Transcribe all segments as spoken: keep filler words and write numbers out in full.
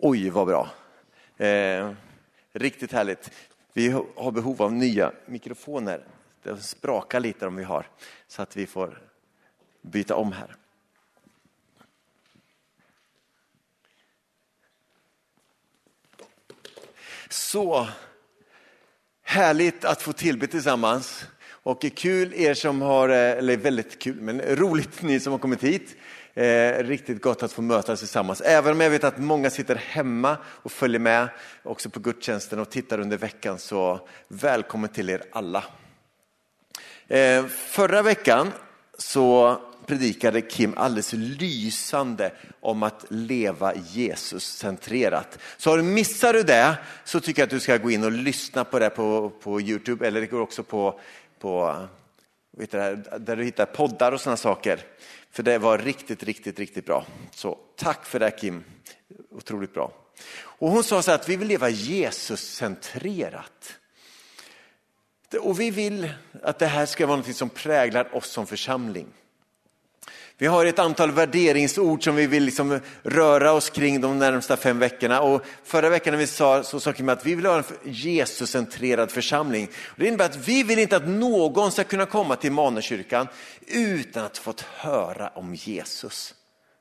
Oj, vad bra. Eh, riktigt härligt. Vi har behov av nya mikrofoner. Det sprakar lite om vi har. Så att vi får byta om här. Så härligt att få tillbe tillsammans. Och kul er som har, eller väldigt kul, men roligt ni som har kommit hit. Eh, riktigt gott att få mötas tillsammans. Även om jag vet att många sitter hemma och följer med också på gudstjänsten och tittar under veckan, så välkommen till er alla. Eh, förra veckan så predikade Kim alldeles lysande om att leva Jesus-centrerat. Så har du missar du det, så tycker jag att du ska gå in och lyssna på det på, på YouTube, eller det går också på, på vet du, där du hittar poddar och sådana saker. För det var riktigt, riktigt, riktigt bra. Så tack för det, Kim. Otroligt bra. Och hon sa så att vi vill leva Jesus-centrerat. Och vi vill att det här ska vara något som präglar oss som församling. Vi har ett antal värderingsord som vi vill liksom röra oss kring de närmsta fem veckorna. Och förra veckan när vi sa så sa Kim att vi vill ha en Jesus-centrerad församling. Det innebär att vi vill inte att någon ska kunna komma till Immanuelskyrkan utan att fått höra om Jesus.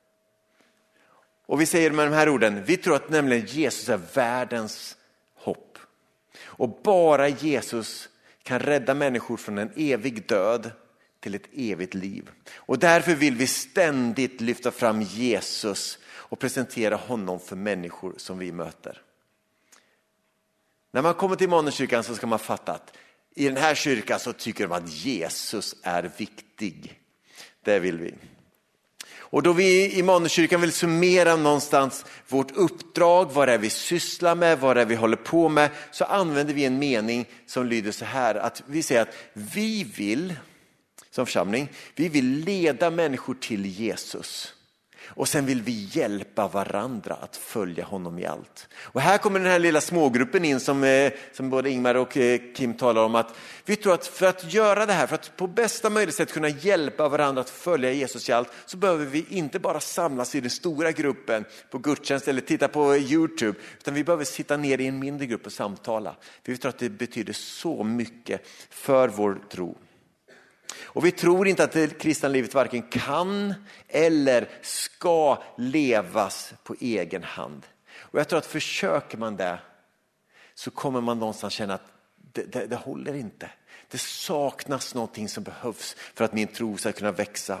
Och vi säger med de här orden, vi tror att nämligen Jesus är världens hopp. Och bara Jesus kan rädda människor från en evig död till ett evigt liv. Och därför vill vi ständigt lyfta fram Jesus och presentera honom för människor som vi möter. När man kommer till Immanuelskyrkan så ska man fatta att i den här kyrkan så tycker de att Jesus är viktig. Det vill vi. Och då vi i Immanuelskyrkan vill summera någonstans vårt uppdrag, vad det är vi sysslar med, vad det är vi håller på med, så använder vi en mening som lyder så här, att vi säger att vi vill som församling, vi vill leda människor till Jesus. Och sen vill vi hjälpa varandra att följa honom i allt. Och här kommer den här lilla smågruppen in som, som både Ingmar och Kim talar om. Att vi tror att för att göra det här, för att på bästa möjliga sätt kunna hjälpa varandra att följa Jesus i allt, så behöver vi inte bara samlas i den stora gruppen på gudstjänst eller titta på YouTube. Utan vi behöver sitta ner i en mindre grupp och samtala. För vi tror att det betyder så mycket för vår tro. Och vi tror inte att det kristna livet varken kan eller ska levas på egen hand. Och jag tror att försöker man det, så kommer man någonstans känna att det, det, det håller inte. Det saknas någonting som behövs för att min tro ska kunna växa.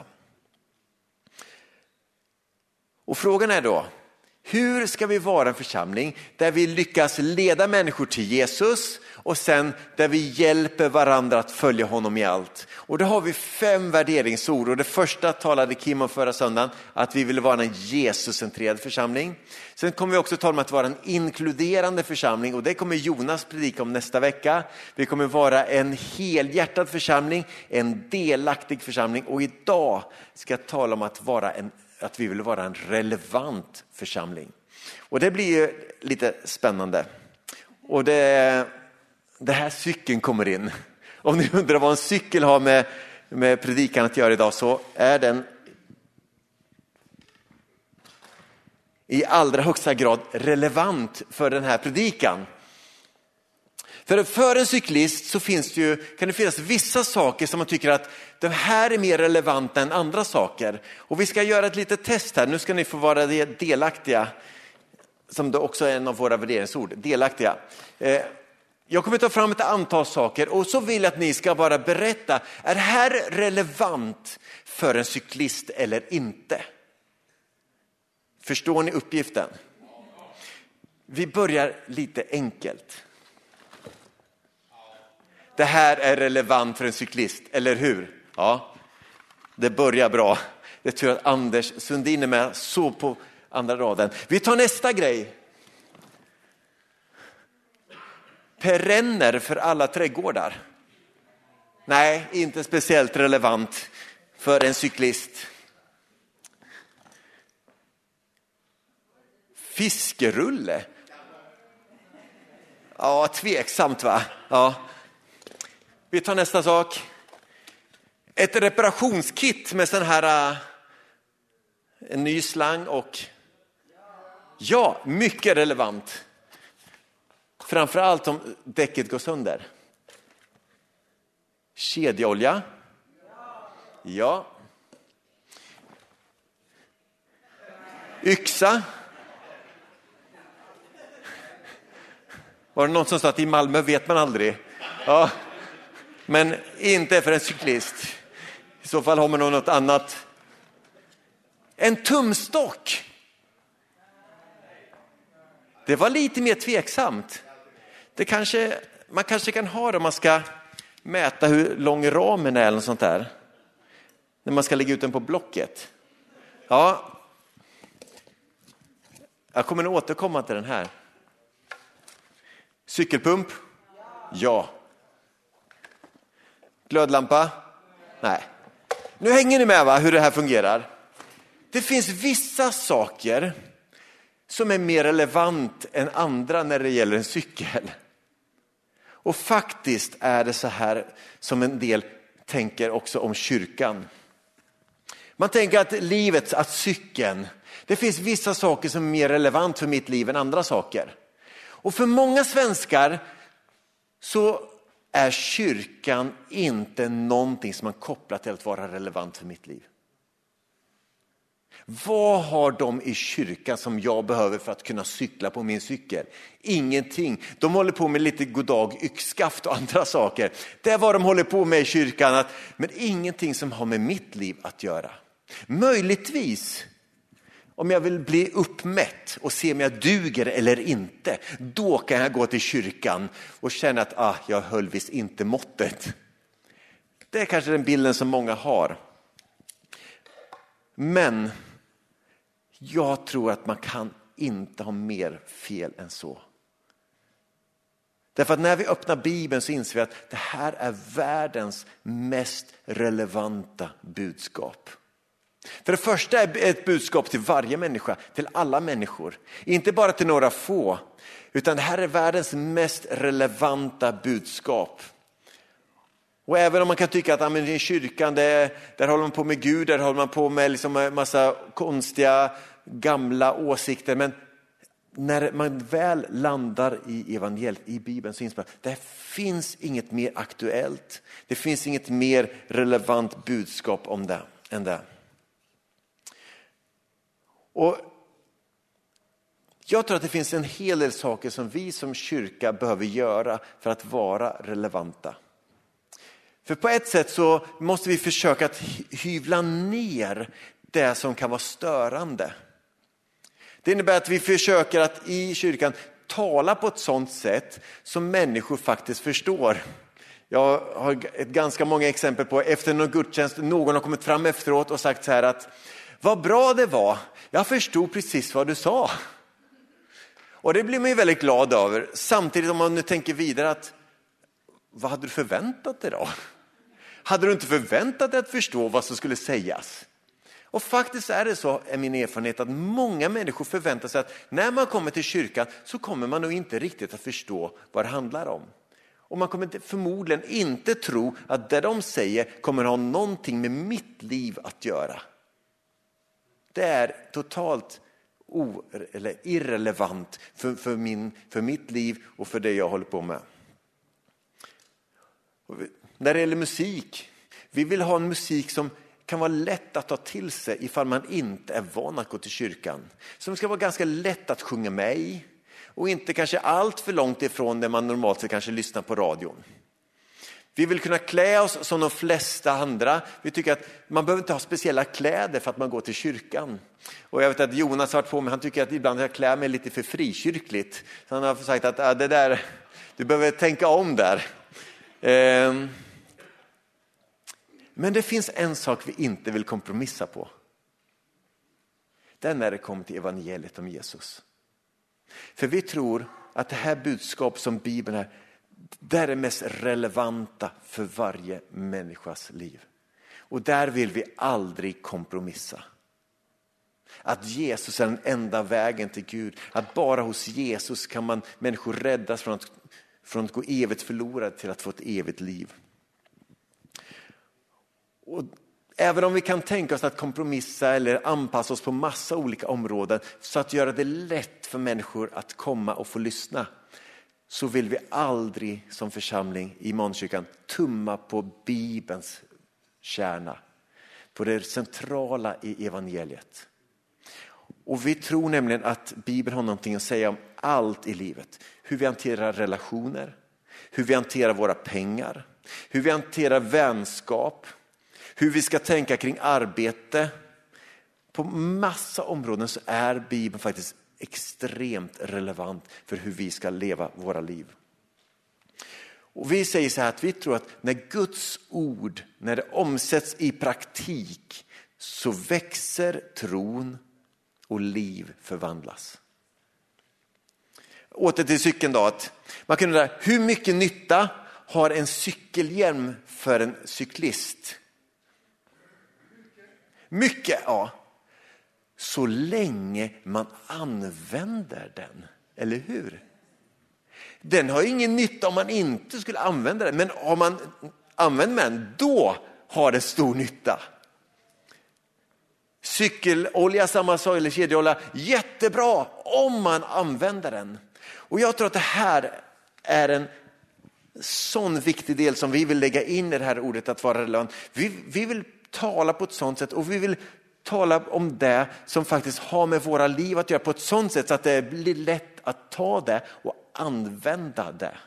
Och frågan är då, hur ska vi vara en församling där vi lyckas leda människor till Jesus och sen där vi hjälper varandra att följa honom i allt? Och då har vi fem värderingsord. Och det första talade Kim om förra söndagen, att vi vill vara en Jesus-centrerad församling. Sen kommer vi också tala om att vara en inkluderande församling, och det kommer Jonas predika om nästa vecka. Vi kommer vara en helhjärtad församling, en delaktig församling, och idag ska jag tala om att vara en att vi vill vara en relevant församling. Och det blir ju lite spännande. Och det, det här cykeln kommer in. Om ni undrar vad en cykel har med, med predikan att göra idag, så är den i allra högsta grad relevant för den här predikan. För, för en cyklist så finns det ju, kan det finnas vissa saker som man tycker att de här är mer relevanta än andra saker. Och vi ska göra ett litet test här. Nu ska ni få vara delaktiga, som det också är en av våra värderingsord. Delaktiga. Eh, jag kommer ta fram ett antal saker, och så vill jag att ni ska bara berätta, är det här relevant för en cyklist eller inte? Förstår ni uppgiften? Vi börjar lite enkelt. Det här är relevant för en cyklist, eller hur? Ja, det börjar bra. Det tror jag att Anders Sundin är med så på andra raden. Vi tar nästa grej. Perenner för alla trädgårdar. Nej, inte speciellt relevant för en cyklist. Fiskerulle. Ja, tveksamt va? Ja. Vi tar nästa sak. Ett reparationskit med sån här en ny slang och Ja, mycket relevant. Framförallt om däcket går sönder. Kedjeolja? Ja. Yxa? Var det någon som sa att i Malmö vet man aldrig? Ja. Men inte för en cyklist. I så fall har man något annat. En tumstock. Det var lite mer tveksamt. Det kanske, man kanske kan ha det om man ska mäta hur lång ramen är eller något sånt där. När man ska lägga ut den på blocket. Ja. Jag kommer att återkomma till den här. Cykelpump? Ja. Glödlampa? Nej. Nu hänger ni med, va, hur det här fungerar. Det finns vissa saker som är mer relevant än andra när det gäller en cykel. Och faktiskt är det så här som en del tänker också om kyrkan. Man tänker att livet, att cykeln, det finns vissa saker som är mer relevant för mitt liv än andra saker. Och för många svenskar så är kyrkan inte någonting som man kopplar till att vara relevant för mitt liv. Vad har de i kyrkan som jag behöver för att kunna cykla på min cykel? Ingenting. De håller på med lite goddag, yxskaft och andra saker. Det är vad de håller på med i kyrkan. Men ingenting som har med mitt liv att göra. Möjligtvis, om jag vill bli uppmätt och se om jag duger eller inte, då kan jag gå till kyrkan och känna att ah, jag höll visst inte måttet. Det är kanske den bilden som många har. Men jag tror att man kan inte ha mer fel än så. Därför att när vi öppnar Bibeln så inser vi att det här är världens mest relevanta budskap. För det första är ett budskap till varje människa, till alla människor. Inte bara till några få, utan det här är världens mest relevanta budskap. Och även om man kan tycka att ja, men i kyrkan, det, där håller man på med Gud, där håller man på med liksom en massa konstiga gamla åsikter. Men när man väl landar i evangeliet, i Bibeln, så inser man att det finns inget mer aktuellt. Det finns inget mer relevant budskap om det än det. Och jag tror att det finns en hel del saker som vi som kyrka behöver göra för att vara relevanta. För på ett sätt så måste vi försöka att hyvla ner det som kan vara störande. Det innebär att vi försöker att i kyrkan tala på ett sådant sätt som människor faktiskt förstår. Jag har ett ganska många exempel på efter någon gudstjänst, någon har kommit fram efteråt och sagt så här att vad bra det var, jag förstod precis vad du sa. Och det blir man ju väldigt glad över. Samtidigt om man nu tänker vidare att vad hade du förväntat dig då? Hade du inte förväntat dig att förstå vad som skulle sägas? Och faktiskt är det så, är min erfarenhet, att många människor förväntar sig att när man kommer till kyrkan så kommer man nog inte riktigt att förstå vad det handlar om. Och man kommer förmodligen inte tro att det de säger kommer ha någonting med mitt liv att göra. Det är totalt o- eller irrelevant för, för, min, för mitt liv och för det jag håller på med. När det gäller musik, vi vill ha en musik som kan vara lätt att ta till sig ifall man inte är van att gå till kyrkan. Som ska vara ganska lätt att sjunga med i och inte kanske allt för långt ifrån det man normalt sett kanske lyssnar på radion. Vi vill kunna klä oss som de flesta andra. Vi tycker att man behöver inte ha speciella kläder för att man går till kyrkan. Och jag vet att Jonas har varit på mig, han tycker att ibland jag klär mig lite för frikyrkligt. Så han har sagt att ah, det där, du behöver tänka om där. Ehm. Men det finns en sak vi inte vill kompromissa på. Det är när det kommer till evangeliet om Jesus. För vi tror att det här budskap som Bibeln är, det är det mest relevanta för varje människas liv. Och där vill vi aldrig kompromissa. Att Jesus är den enda vägen till Gud. Att bara hos Jesus kan man människor räddas från att, från att gå evigt förlorad till att få ett evigt liv. Och Även om vi kan tänka oss att kompromissa eller anpassa oss på massa olika områden så att göra det lätt för människor att komma och få lyssna, så vill vi aldrig som församling i Immanuelskyrkan tumma på Bibelns kärna, på det centrala i evangeliet. Och vi tror nämligen att Bibeln har någonting att säga om allt i livet. Hur vi hanterar relationer, hur vi hanterar våra pengar, hur vi hanterar vänskap, hur vi ska tänka kring arbete. På massa områden så är Bibeln faktiskt extremt relevant för hur vi ska leva våra liv. Och vi säger så här att vi tror att när Guds ord, när det omsätts i praktik, så växer tron och liv förvandlas. Åter till cykeln då. Att man kan undra, hur mycket nytta har en cykelhjälm för en cyklist? Mycket, ja. Så länge man använder den, eller hur? Den har ingen nytta om man inte skulle använda den. Men om man använder den, då har det stor nytta. Cykelolja, samma sak, eller kedjeolja, jättebra om man använder den. Och jag tror att det här är en sån viktig del som vi vill lägga in i det här ordet att vara relevant. Vi, vi vill tala på ett sånt sätt, och vi vill tala om det som faktiskt har med våra liv att göra på ett sånt sätt så att det blir lätt att ta det och använda det.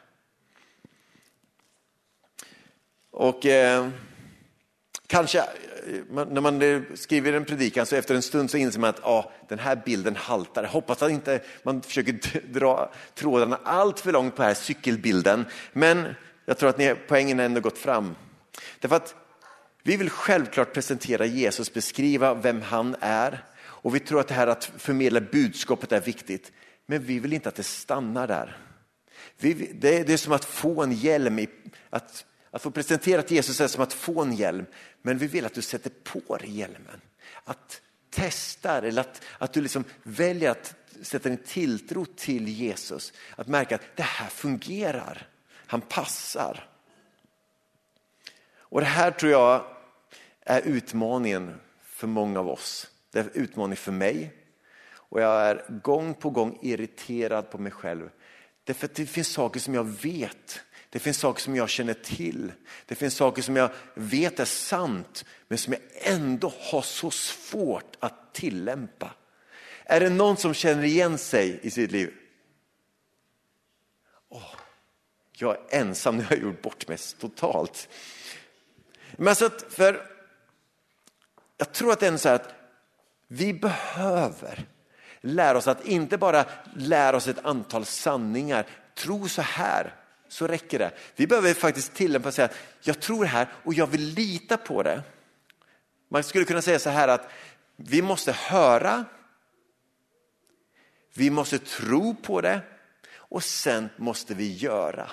Och eh, kanske när man skriver en predikan så efter en stund så inser man att ah, den här bilden haltar. Jag hoppas att inte man försöker dra trådarna allt för långt på den här cykelbilden. Men jag tror att ni, poängen ändå gått fram. Därför att vi vill självklart presentera Jesus, beskriva vem han är. Och vi tror att det här att förmedla budskapet är viktigt. Men vi vill inte att det stannar där. Vi, det, det är som att få en hjälm. I, att, att få presentera att Jesus är som att få en hjälm. Men vi vill att du sätter på dig hjälmen. Att testa eller att, att du liksom väljer att sätta en tilltro till Jesus. Att märka att det här fungerar. Han passar. Och det här tror jag är utmaningen för många av oss. Det är en utmaning för mig. Och jag är gång på gång irriterad på mig själv. Därför att det finns saker som jag vet. Det finns saker som jag känner till. Det finns saker som jag vet är sant. Men som jag ändå har så svårt att tillämpa. Är det någon som känner igen sig i sitt liv? Åh, jag är ensam när jag har gjort bort mig totalt. Men så att för jag tror att det är så här att vi behöver lära oss att inte bara lära oss ett antal sanningar. Tro så här, så räcker det. Vi behöver faktiskt tillämpa och säga att jag tror det här och jag vill lita på det. Man skulle kunna säga så här att vi måste höra, vi måste tro på det och sen måste vi göra.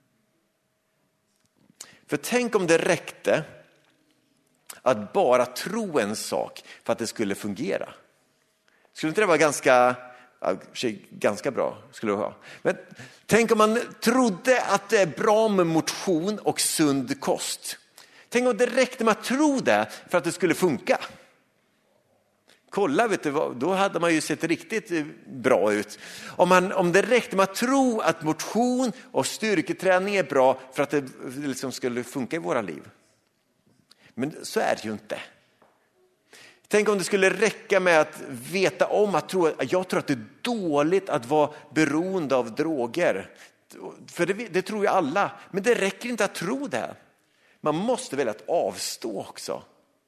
För tänk om det räckte att bara tro en sak för att det skulle fungera. Skulle inte det vara ganska, ganska bra? Skulle det vara. Men tänk om man trodde att det är bra med motion och sund kost. Tänk om det räckte med att tro det för att det skulle funka. Kolla, vet du vad, då hade man ju sett riktigt bra ut. Om, man, om det räckte med att tro att motion och styrketräning är bra för att det liksom skulle funka i våra liv. Men så är det ju inte. Tänk om det skulle räcka med att veta om att tro, jag tror att det är dåligt att vara beroende av droger. För det, det tror ju alla. Men det räcker inte att tro det. Man måste väl att avstå också.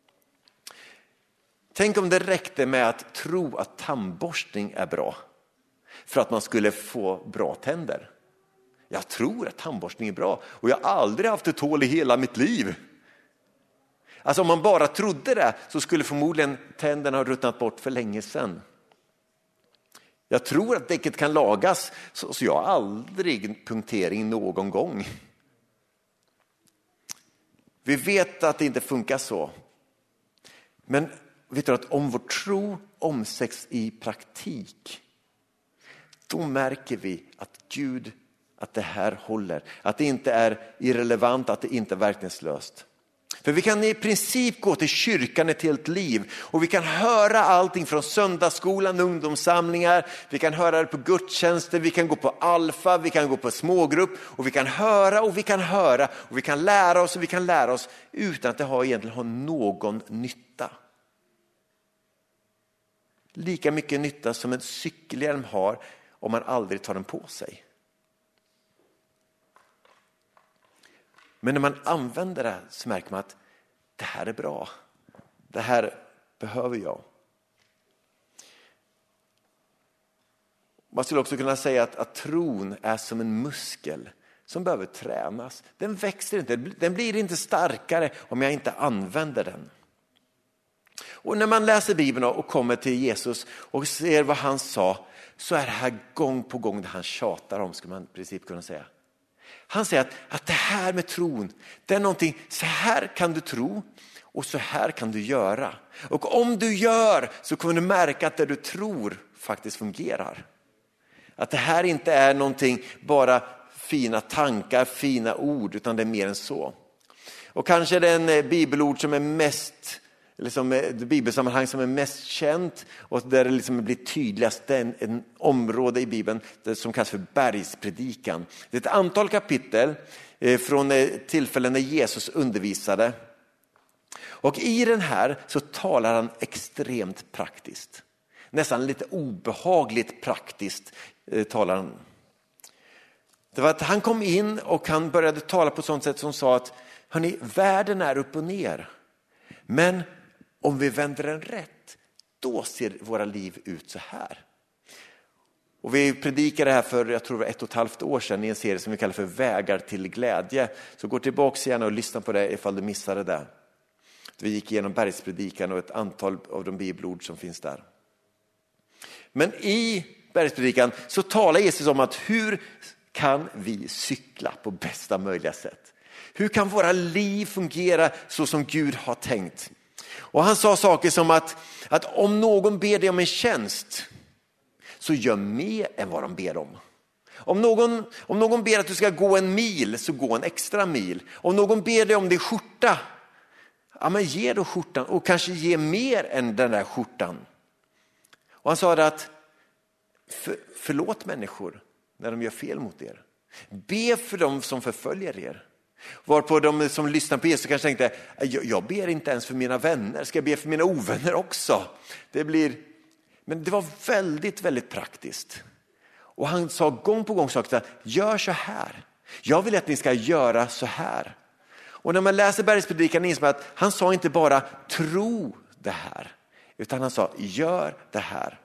Tänk om det räckte med att tro att tandborstning är bra. För att man skulle få bra tänder. Jag tror att tandborstning är bra. Och jag har aldrig haft ett hål i hela mitt liv. Alltså om man bara trodde det så skulle förmodligen tänderna ha ruttnat bort för länge sedan. Jag tror att däcket kan lagas så, så jag har aldrig punktering någon gång. Vi vet att det inte funkar så. Men vet du att om vår tro omsätts i praktik, då märker vi att Gud, att det här håller. Att det inte är irrelevant, att det inte är verkningslöst. För vi kan i princip gå till kyrkan ett helt liv och vi kan höra allting från söndagsskolan, ungdomssamlingar, vi kan höra det på gudstjänster, vi kan gå på alfa, vi kan gå på smågrupp och vi kan höra och vi kan höra och vi kan lära oss och vi kan lära oss utan att det har egentligen har någon nytta. Lika mycket nytta som en cykelhjälm har om man aldrig tar den på sig. Men när man använder det så märker man att det här är bra. Det här behöver jag. Man skulle också kunna säga att, att tron är som en muskel som behöver tränas. Den växer inte, den blir inte starkare om jag inte använder den. Och när man läser Bibeln och kommer till Jesus och ser vad han sa, så är det här gång på gång det han tjatar om, skulle man i princip kunna säga. Han säger att, att det här med tron, det är någonting, så här kan du tro och så här kan du göra. Och om du gör så kommer du märka att det du tror faktiskt fungerar. Att det här inte är någonting bara fina tankar, fina ord, utan det är mer än så. Och kanske den bibelord som är mest, eller som är, det bibelsammanhang som är mest känt och där det liksom blir tydligast, en, en område i Bibeln det som kallas för bergspredikan. Det är ett antal kapitel eh, från eh, tillfällen när Jesus undervisade. Och i den här så talar han extremt praktiskt. Nästan lite obehagligt praktiskt eh, talar han. Det var att han kom in och han började tala på ett sånt sätt som sa att hörni, världen är upp och ner. Men om vi vänder den rätt, då ser våra liv ut så här. Och vi predikade det här för, jag tror det var ett och ett halvt år sedan i en serie som vi kallar för Vägar till glädje. Så gå tillbaka gärna och lyssna på det ifall du missade det. Vi gick igenom bergspredikan och ett antal av de bibelord som finns där. Men i bergspredikan så talar Jesus om att hur kan vi cykla på bästa möjliga sätt? Hur kan våra liv fungera så som Gud har tänkt? Och han sa saker som att, att om någon ber dig om en tjänst så gör mer än vad de ber om. Om någon, om någon ber att du ska gå en mil så gå en extra mil. Om någon ber dig om din skjorta, ja men ge då skjortan och kanske ge mer än den där skjortan. Och han sa att för, förlåt människor när de gör fel mot er. Be för dem som förföljer er. Varpå de som lyssnar på Jesus kanske tänkte, jag, jag ber inte ens för mina vänner, ska jag be för mina ovänner också? Det blir, men det var väldigt, väldigt praktiskt. Och han sa gång på gång saker, gör så här. Jag vill att ni ska göra så här. Och när man läser bergspredikan inser man att han sa inte bara tro det här, utan han sa gör det här.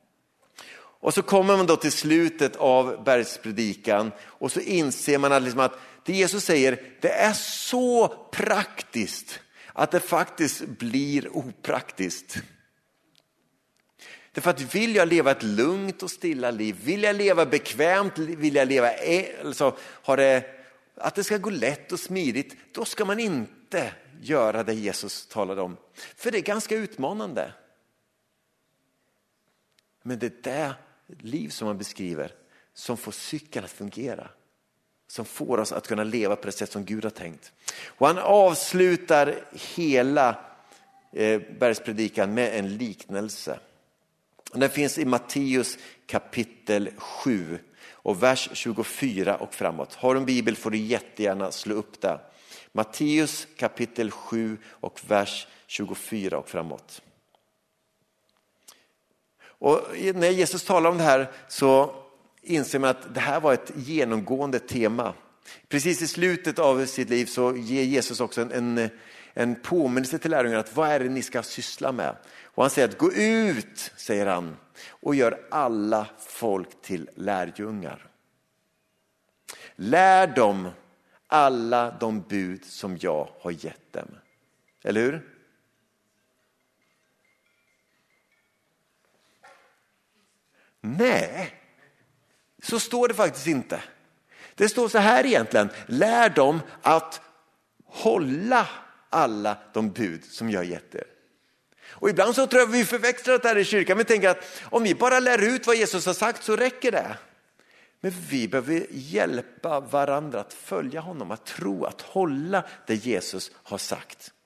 Och så kommer man då till slutet av bergspredikan och så inser man att, liksom att det Jesus säger, det är så praktiskt att det faktiskt blir opraktiskt. Därför att vill jag leva ett lugnt och stilla liv, vill jag leva bekvämt, vill jag leva alltså, har det, att det ska gå lätt och smidigt, då ska man inte göra det Jesus talade om. För det är ganska utmanande. Men det är det liv som man beskriver som får cykeln att fungera. Som får oss att kunna leva på det sätt som Gud har tänkt. Och han avslutar hela eh, bergspredikan med en liknelse. Den finns i Matteus kapitel sju och vers tjugofyra och framåt. Har du en bibel får du jättegärna slå upp det. Matteus kapitel sju och vers tjugofyra och framåt. Och när Jesus talar om det här så inser man att det här var ett genomgående tema. Precis i slutet av sitt liv så ger Jesus också en, en, en påminnelse till lärjungarna att vad är det ni ska syssla med? Och han säger att gå ut, säger han, och gör alla folk till lärjungar. Lär dem alla de bud som jag har gett dem. Eller hur? Nej, så står det faktiskt inte. Det står så här egentligen. Lär dem att hålla alla de bud som jag gett er. Och ibland så tror jag vi förväxlar det här i kyrkan. Vi tänker att om vi bara lär ut vad Jesus har sagt så räcker det. Men vi behöver hjälpa varandra att följa honom, att tro, att hålla det Jesus har sagt.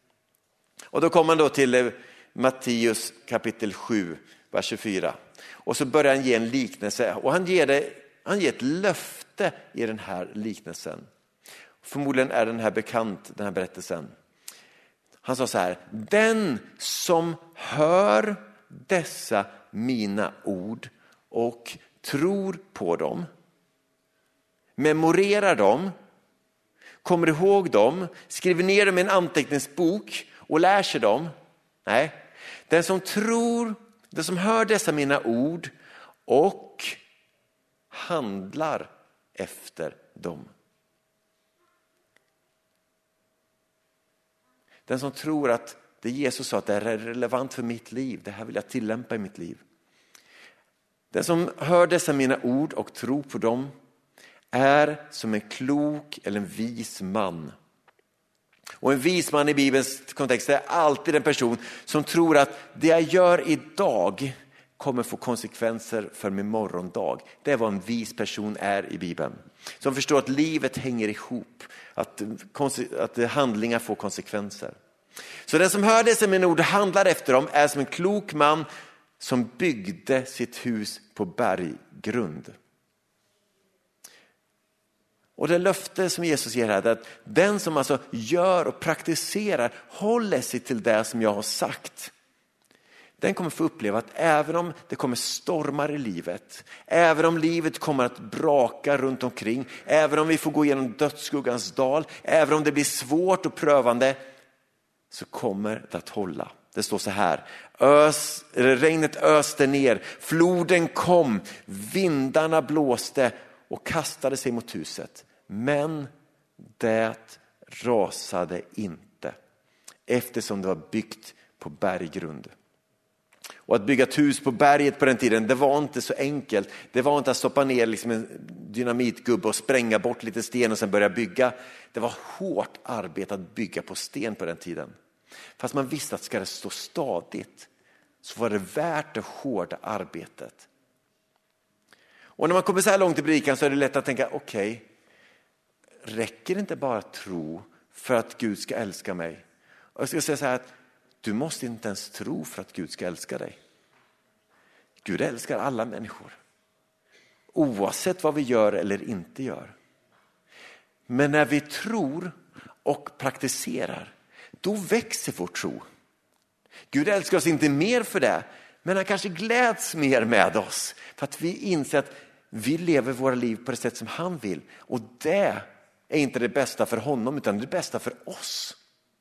Och då kommer man då till Matteus kapitel sju, vers tjugofyra. Och så börjar han ge en liknelse. Och han ger, det, han ger ett löfte i den här liknelsen. Förmodligen är den här bekant, den här berättelsen. Han sa så här: den som hör dessa mina ord och tror på dem, memorerar dem, kommer ihåg dem, skriver ner dem i en anteckningsbok och lär sig dem. Nej, den som tror, den som hör dessa mina ord och handlar efter dem. Den som tror att det Jesus sa att det är relevant för mitt liv, det här vill jag tillämpa i mitt liv. Den som hör dessa mina ord och tror på dem är som en klok eller en vis man. Och en vis man i Bibelns kontext är alltid en person som tror att det jag gör idag kommer få konsekvenser för min morgondag. Det är vad en vis person är i Bibeln. Som förstår att livet hänger ihop, att, att handlingar får konsekvenser. Så den som hör dessa mina ord och handlar efter dem är som en klok man som byggde sitt hus på berggrund. Och det löfte som Jesus ger här är att den som alltså gör och praktiserar, håller sig till det som jag har sagt, den kommer få uppleva att även om det kommer stormar i livet, även om livet kommer att braka runt omkring, även om vi får gå igenom dödsskuggans dal, även om det blir svårt och prövande, så kommer det att hålla. Det står så här: Ös, regnet öste ner, floden kom, vindarna blåste och kastade sig mot huset. Men det rasade inte, eftersom det var byggt på berggrund. Och att bygga ett hus på berget på den tiden, det var inte så enkelt. Det var inte att stoppa ner liksom en dynamitgubbe och spränga bort lite sten och sen börja bygga. Det var hårt arbete att bygga på sten på den tiden. Fast man visste att ska det stå stadigt så var det värt det hårda arbetet. Och när man kommer så här långt i predikan så är det lätt att tänka, okej, okay, räcker det inte bara tro för att Gud ska älska mig? Och jag ska säga så här att du måste inte ens tro för att Gud ska älska dig. Gud älskar alla människor. Oavsett vad vi gör eller inte gör. Men när vi tror och praktiserar, då växer vår tro. Gud älskar oss inte mer för det, men han kanske gläds mer med oss. För att vi inser att vi lever våra liv på det sätt som han vill. Och det är inte det bästa för honom utan det bästa för oss.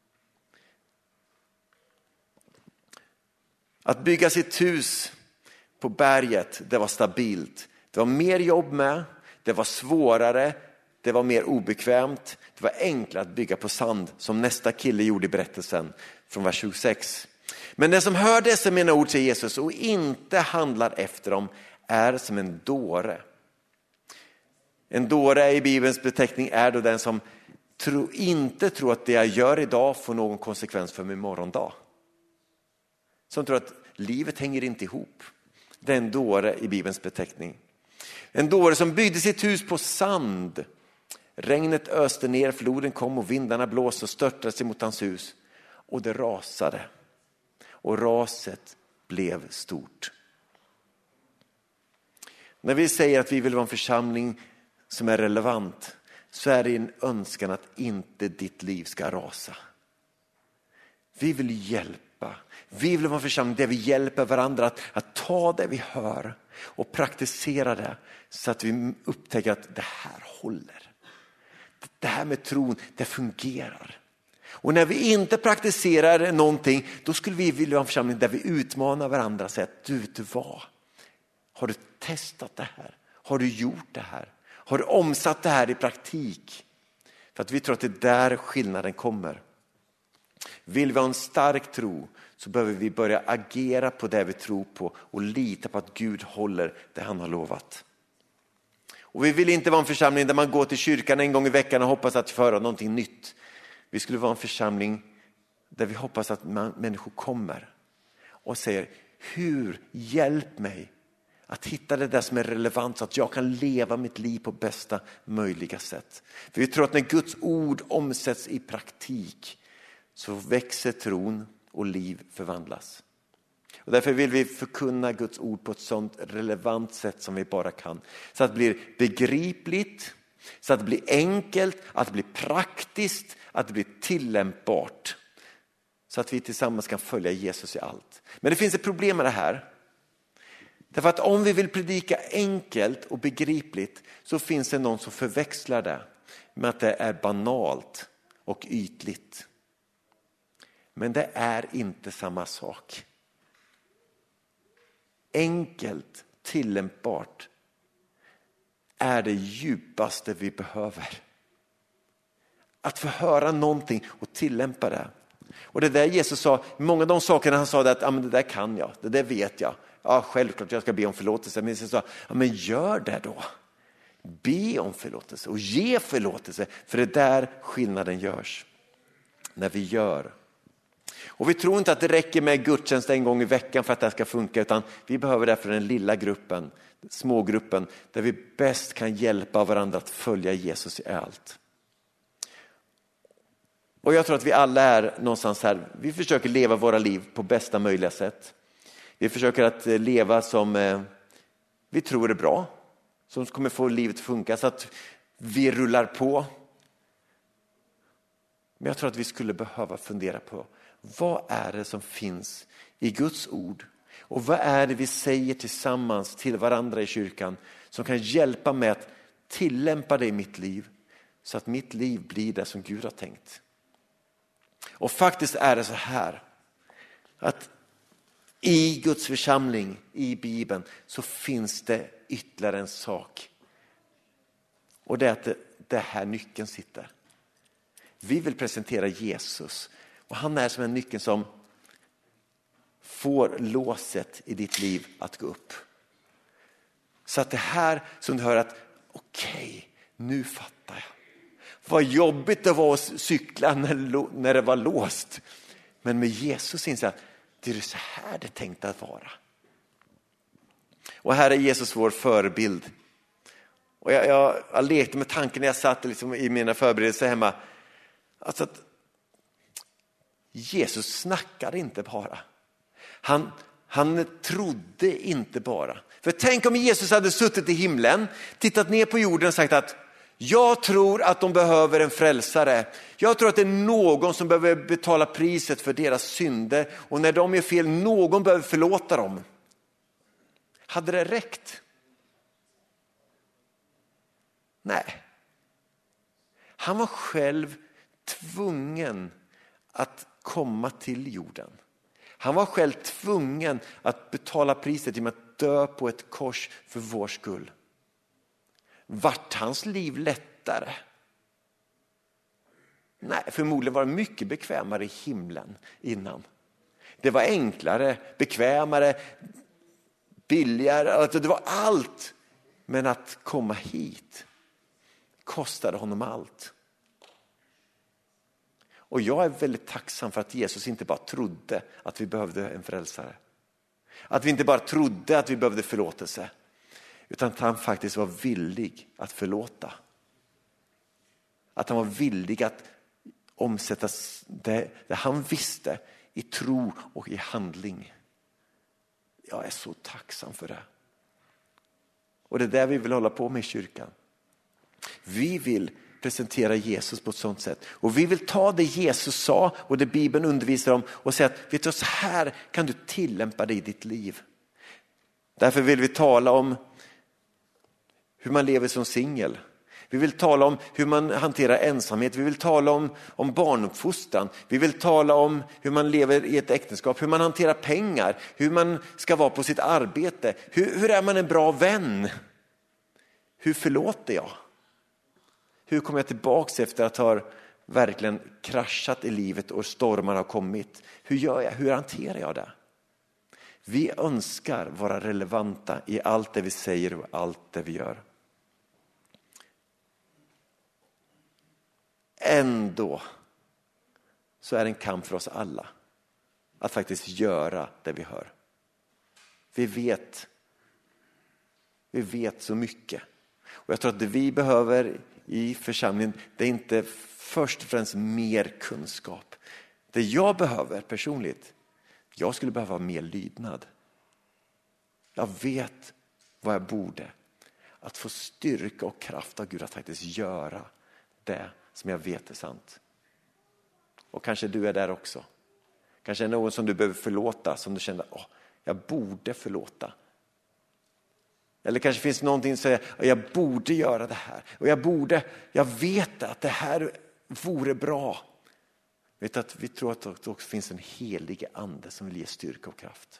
Att bygga sitt hus på berget, det var stabilt. Det var mer jobb med, det var svårare, det var mer obekvämt. Det var enklare att bygga på sand som nästa kille gjorde i berättelsen från vers tjugosex. Men den som hör dessa mina ord, säger Jesus, och inte handlar efter dem är som en dåre. En dåre i Bibelns beteckning är då den som tro, inte tror att det jag gör idag får någon konsekvens för min morgondag. Som tror att livet hänger inte ihop. Det är en dåre i Bibelns beteckning. En dåre som byggde sitt hus på sand. Regnet öste ner, floden kom och vindarna blåste och störtade sig mot hans hus. Och det rasade. Och raset blev stort. När vi säger att vi vill vara en församling som är relevant, så är det en önskan att inte ditt liv ska rasa. Vi vill hjälpa. Vi vill vara en församling där vi hjälper varandra att, att ta det vi hör och praktisera det så att vi upptäcker att det här håller. Det här med tron, det fungerar. Och när vi inte praktiserar någonting, då skulle vi vilja vara en församling där vi utmanar varandra och säger att du vet vad? Har du testat det här? Har du gjort det här? Har du omsatt det här i praktik? För att vi tror att det är där skillnaden kommer. Vill vi ha en stark tro så behöver vi börja agera på det vi tror på och lita på att Gud håller det han har lovat. Och vi vill inte vara en församling där man går till kyrkan en gång i veckan och hoppas att föra någonting nytt. Vi skulle vara en församling där vi hoppas att man, människor kommer och säger, hur hjälp mig att hitta det där som är relevant så att jag kan leva mitt liv på bästa möjliga sätt. För vi tror att när Guds ord omsätts i praktik så växer tron och liv förvandlas. Och därför vill vi förkunna Guds ord på ett sådant relevant sätt som vi bara kan. Så att det blir begripligt, så att det blir enkelt, att det blir praktiskt, att det blir tillämpbart. Så att vi tillsammans kan följa Jesus i allt. Men det finns ett problem med det här. Därför att om vi vill predika enkelt och begripligt så finns det någon som förväxlar det med att det är banalt och ytligt. Men det är inte samma sak. Enkelt, tillämpbart är det djupaste vi behöver. Att få höra någonting och tillämpa det. Och det där Jesus sa, många av de sakerna han sa det att ah, men det där kan jag, det där vet jag. Ja, självklart jag ska be om förlåtelse. Men Jesus sa, ja, men gör det då. Be om förlåtelse och ge förlåtelse. För det där skillnaden görs. När vi gör. Och vi tror inte att det räcker med gudstjänst en gång i veckan för att det ska funka. Utan vi behöver därför den lilla gruppen, smågruppen. Där vi bäst kan hjälpa varandra att följa Jesus i allt. Och jag tror att vi alla är någonstans här. Vi försöker leva våra liv på bästa möjliga sätt. Vi försöker att leva som eh, vi tror är bra. Som kommer få livet att funka så att vi rullar på. Men jag tror att vi skulle behöva fundera på vad är det som finns i Guds ord? Och vad är det vi säger tillsammans till varandra i kyrkan som kan hjälpa mig att tillämpa det i mitt liv så att mitt liv blir det som Gud har tänkt. Och faktiskt är det så här att i Guds församling, i Bibeln, så finns det ytterligare en sak. Och det är att det, det här nyckeln sitter. Vi vill presentera Jesus. Och han är som en nyckel som får låset i ditt liv att gå upp. Så att det här som du hör att okej, okay, nu fattar jag. Vad jobbigt det var att cykla när, när det var låst. Men med Jesus inser jag att det är så här det tänkte att vara. Och här är Jesus vår förebild. Och jag, jag, jag lekte med tanken när jag satt liksom i mina förberedelser hemma. Alltså att Jesus snackade inte bara. Han, han trodde inte bara. För tänk om Jesus hade suttit i himlen, tittat ner på jorden och sagt att jag tror att de behöver en frälsare. Jag tror att det är någon som behöver betala priset för deras synder. Och när de gör fel, någon behöver förlåta dem. Hade det räckt? Nej. Han var själv tvungen att komma till jorden. Han var själv tvungen att betala priset genom att dö på ett kors för vår skull. Vart hans liv lättare? Nej, förmodligen var det mycket bekvämare i himlen innan. Det var enklare, bekvämare, billigare, alltså det var allt. Men att komma hit kostade honom allt. Och jag är väldigt tacksam för att Jesus inte bara trodde att vi behövde en frälsare. Att vi inte bara trodde att vi behövde förlåtelse. Utan att han faktiskt var villig att förlåta. Att han var villig att omsätta det, det han visste i tro och i handling. Jag är så tacksam för det. Och det är där vi vill hålla på med i kyrkan. Vi vill presentera Jesus på ett sådant sätt. Och vi vill ta det Jesus sa och det Bibeln undervisar om och säga att vet du, så här kan du tillämpa det i ditt liv. Därför vill vi tala om hur man lever som singel. Vi vill tala om hur man hanterar ensamhet. Vi vill tala om, om barnuppfostran. Vi vill tala om hur man lever i ett äktenskap. Hur man hanterar pengar. Hur man ska vara på sitt arbete. Hur, hur är man en bra vän? Hur förlåter jag? Hur kommer jag tillbaka efter att ha verkligen kraschat i livet och stormar har kommit? Hur gör jag? Hur hanterar jag det? Vi önskar vara relevanta i allt det vi säger och allt det vi gör. Ändå så är det en kamp för oss alla att faktiskt göra det vi hör. Vi vet, vi vet så mycket. Och jag tror att det vi behöver i församlingen, det är inte först och främst mer kunskap. Det jag behöver personligt, jag skulle behöva mer lydnad. Jag vet vad jag borde. Att få styrka och kraft av Gud att faktiskt göra det som jag vet är sant. Och kanske du är där också. Kanske är någon som du behöver förlåta, som du känner, åh, jag borde förlåta. Eller kanske finns någonting som säger, jag borde göra det här. Och jag borde, jag vet att det här vore bra. Vet att vi tror att det också finns en helig ande som vill ge styrka och kraft.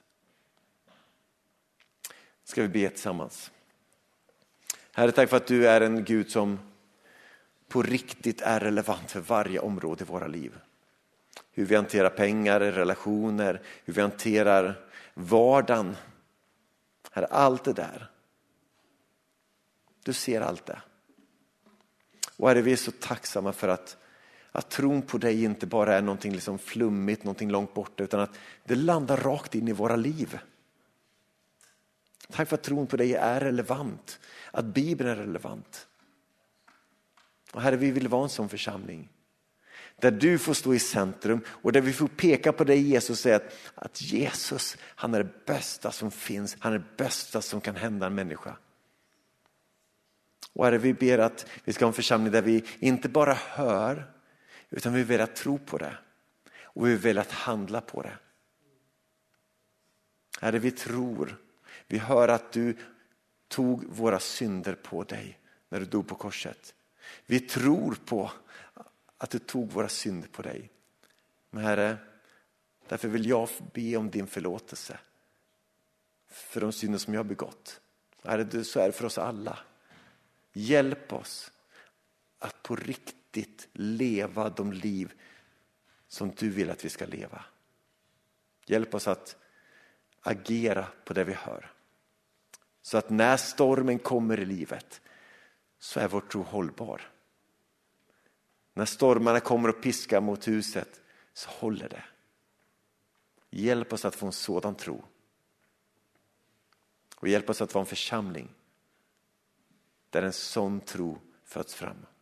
Ska vi be tillsammans. Herre, tack för att du är en Gud som på riktigt är relevant för varje område i våra liv. Hur vi hanterar pengar, relationer, hur vi hanterar vardagen. Herre, allt det där. Du ser allt det. Och Herre, vi är så tacksamma för att, att tron på dig inte bara är någonting liksom flummigt, någonting långt borta, utan att det landar rakt in i våra liv. Tack för att tron på dig är relevant. Att Bibeln är relevant. Och Herre, vi vill vara en sån församling. Där du får stå i centrum och där vi får peka på dig, Jesus, och säga att, att Jesus, han är det bästa som finns. Han är det bästa som kan hända en människa. Och Herre, vi ber att vi ska ha en församling där vi inte bara hör, utan vi vill att tro på det. Och vi vill att handla på det. Herre, vi tror, vi hör att du tog våra synder på dig när du dog på korset. Vi tror på att du tog våra synder på dig. Men Herre, därför vill jag be om din förlåtelse för de synder som jag har begått. Herre, så är det för oss alla. Hjälp oss att på riktigt leva de liv som du vill att vi ska leva. Hjälp oss att agera på det vi hör. Så att när stormen kommer i livet så är vår tro hållbar. När stormarna kommer och piskar mot huset så håller det. Hjälp oss att få en sådan tro. Och hjälp oss att vara en församling där en sån tro föds fram.